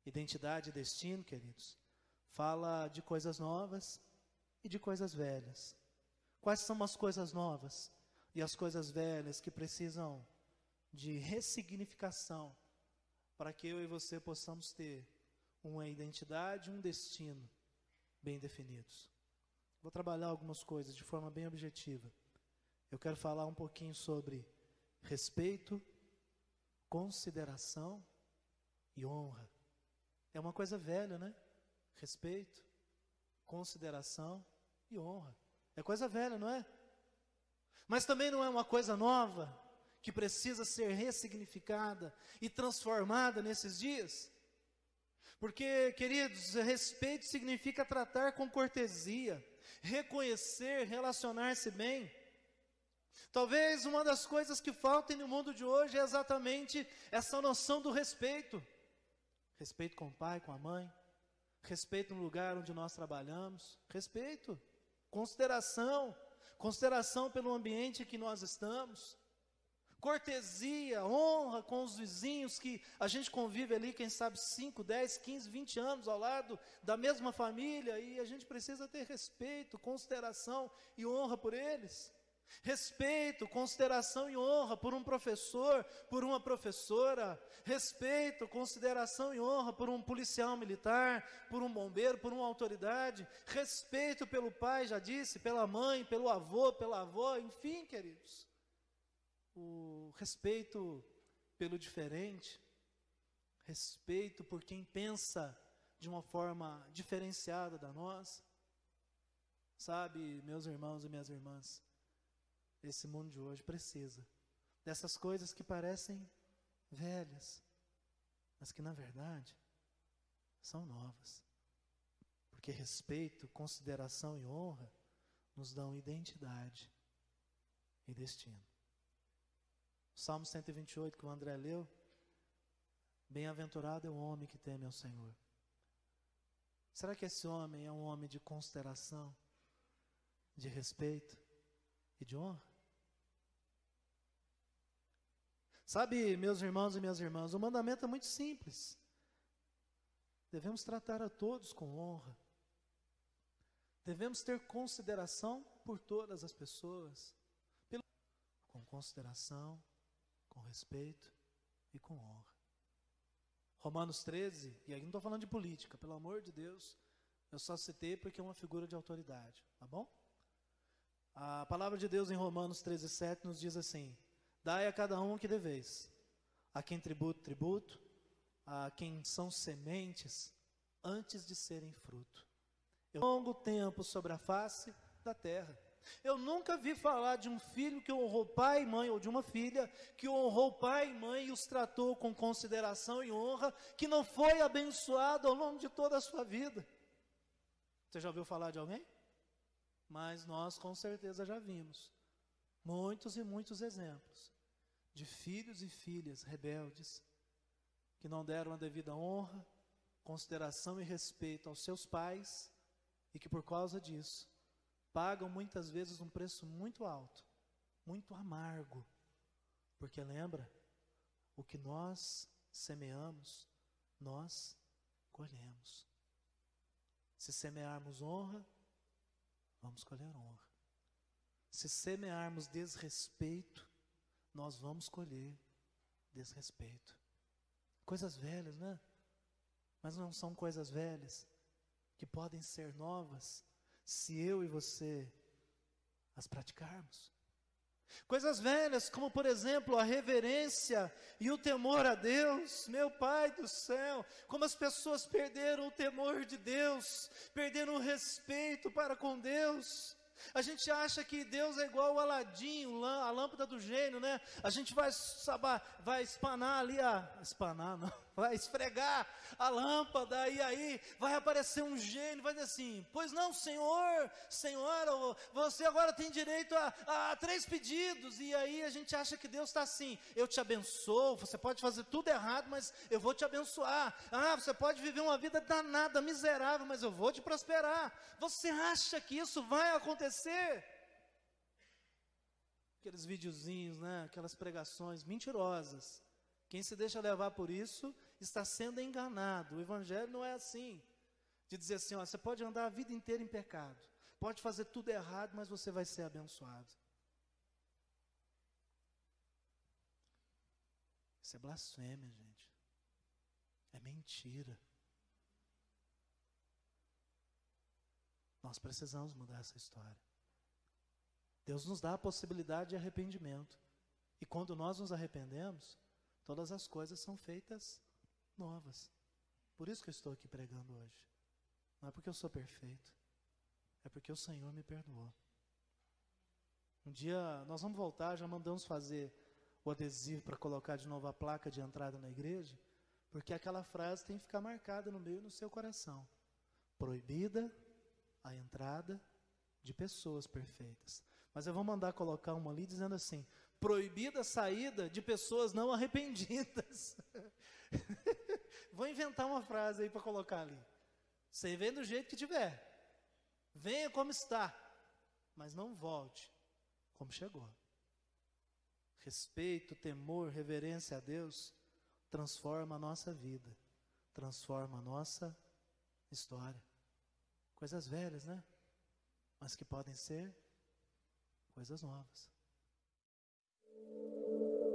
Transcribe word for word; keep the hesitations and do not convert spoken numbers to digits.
Identidade e destino, queridos, fala de coisas novas e de coisas velhas. Quais são as coisas novas e as coisas velhas que precisam de ressignificação para que eu e você possamos ter uma identidade e um destino bem definidos? Vou trabalhar algumas coisas de forma bem objetiva. Eu quero falar um pouquinho sobre respeito, consideração e honra. É uma coisa velha, né? Respeito, consideração e honra. É coisa velha, não é? Mas também não é uma coisa nova, que precisa ser ressignificada e transformada nesses dias? Porque, queridos, respeito significa tratar com cortesia, reconhecer, relacionar-se bem. Talvez uma das coisas que faltem no mundo de hoje é exatamente essa noção do respeito. Respeito com o pai, com a mãe, respeito no lugar onde nós trabalhamos, respeito, consideração, consideração pelo ambiente que nós estamos, cortesia, honra com os vizinhos que a gente convive ali, quem sabe cinco, dez, quinze, vinte anos ao lado da mesma família, e a gente precisa ter respeito, consideração e honra por eles. Respeito, consideração e honra por um professor, por uma professora. Respeito, consideração e honra por um policial militar, por um bombeiro, por uma autoridade. Respeito pelo pai, já disse, pela mãe, pelo avô, pela avó, enfim, queridos. O respeito pelo diferente, respeito por quem pensa de uma forma diferenciada da nossa. Sabe, meus irmãos e minhas irmãs, esse mundo de hoje precisa dessas coisas que parecem velhas, mas que na verdade são novas. Porque respeito, consideração e honra nos dão identidade e destino. O Salmo cento e vinte e oito que o André leu: bem-aventurado é o homem que teme ao Senhor. Será que esse homem é um homem de consideração, de respeito e de honra? Sabe, meus irmãos e minhas irmãs, o mandamento é muito simples. Devemos tratar a todos com honra. Devemos ter consideração por todas as pessoas, pelo... com consideração, com respeito e com honra. Romanos treze, e aí não estou falando de política, pelo amor de Deus, eu só citei porque é uma figura de autoridade, tá bom? A palavra de Deus em Romanos treze, sete nos diz assim: dai a cada um o que deveis, a quem tributo, tributo, a quem são sementes, antes de serem fruto. Eu longo tempo sobre a face da terra. Eu nunca vi falar de um filho que honrou pai e mãe, ou de uma filha que honrou pai e mãe e os tratou com consideração e honra, que não foi abençoado ao longo de toda a sua vida. Você já ouviu falar de alguém? Mas nós com certeza já vimos muitos e muitos exemplos de filhos e filhas rebeldes que não deram a devida honra, consideração e respeito aos seus pais e que por causa disso pagam muitas vezes um preço muito alto, muito amargo, porque lembra, o que nós semeamos, nós colhemos. Se semearmos honra, vamos colher honra. Se semearmos desrespeito, nós vamos colher desrespeito. Coisas velhas, né? Mas não são coisas velhas que podem ser novas se eu e você as praticarmos. Coisas velhas como, por exemplo, a reverência e o temor a Deus. Meu Pai do céu, como as pessoas perderam o temor de Deus, perderam o respeito para com Deus. A gente acha que Deus é igual o Aladim, a lâmpada do gênio, né? A gente vai, sabar, vai espanar ali a... Espanar não, vai esfregar a lâmpada e aí vai aparecer um gênio, vai dizer assim: pois não, Senhor, Senhora, você agora tem direito a, a três pedidos. E aí a gente acha que Deus está assim: eu te abençoo, você pode fazer tudo errado, mas eu vou te abençoar. Ah, você pode viver uma vida danada, miserável, mas eu vou te prosperar. Você acha que isso vai acontecer? Aqueles videozinhos, né? Aquelas pregações mentirosas Quem se deixa levar por isso está sendo enganado. O evangelho não é assim, de dizer assim, ó, você pode andar a vida inteira em pecado, pode fazer tudo errado, mas você vai ser abençoado. Isso é blasfêmia, gente. É mentira. Nós precisamos mudar essa história. Deus nos dá a possibilidade de arrependimento. E quando nós nos arrependemos, todas as coisas são feitas novas. Por isso que eu estou aqui pregando hoje. Não é porque eu sou perfeito, é porque o Senhor me perdoou. Um dia nós vamos voltar, já mandamos fazer o adesivo para colocar de novo a placa de entrada na igreja, porque aquela frase tem que ficar marcada no meio do seu coração. Proibida a entrada de pessoas perfeitas. Mas eu vou mandar colocar uma ali dizendo assim, proibida a saída de pessoas não arrependidas. Vou inventar uma frase aí para colocar ali. Você vem do jeito que tiver. Venha como está, mas não volte como chegou. Respeito, temor, reverência a Deus transforma a nossa vida, transforma a nossa história. Coisas velhas, né? Mas que podem ser coisas novas.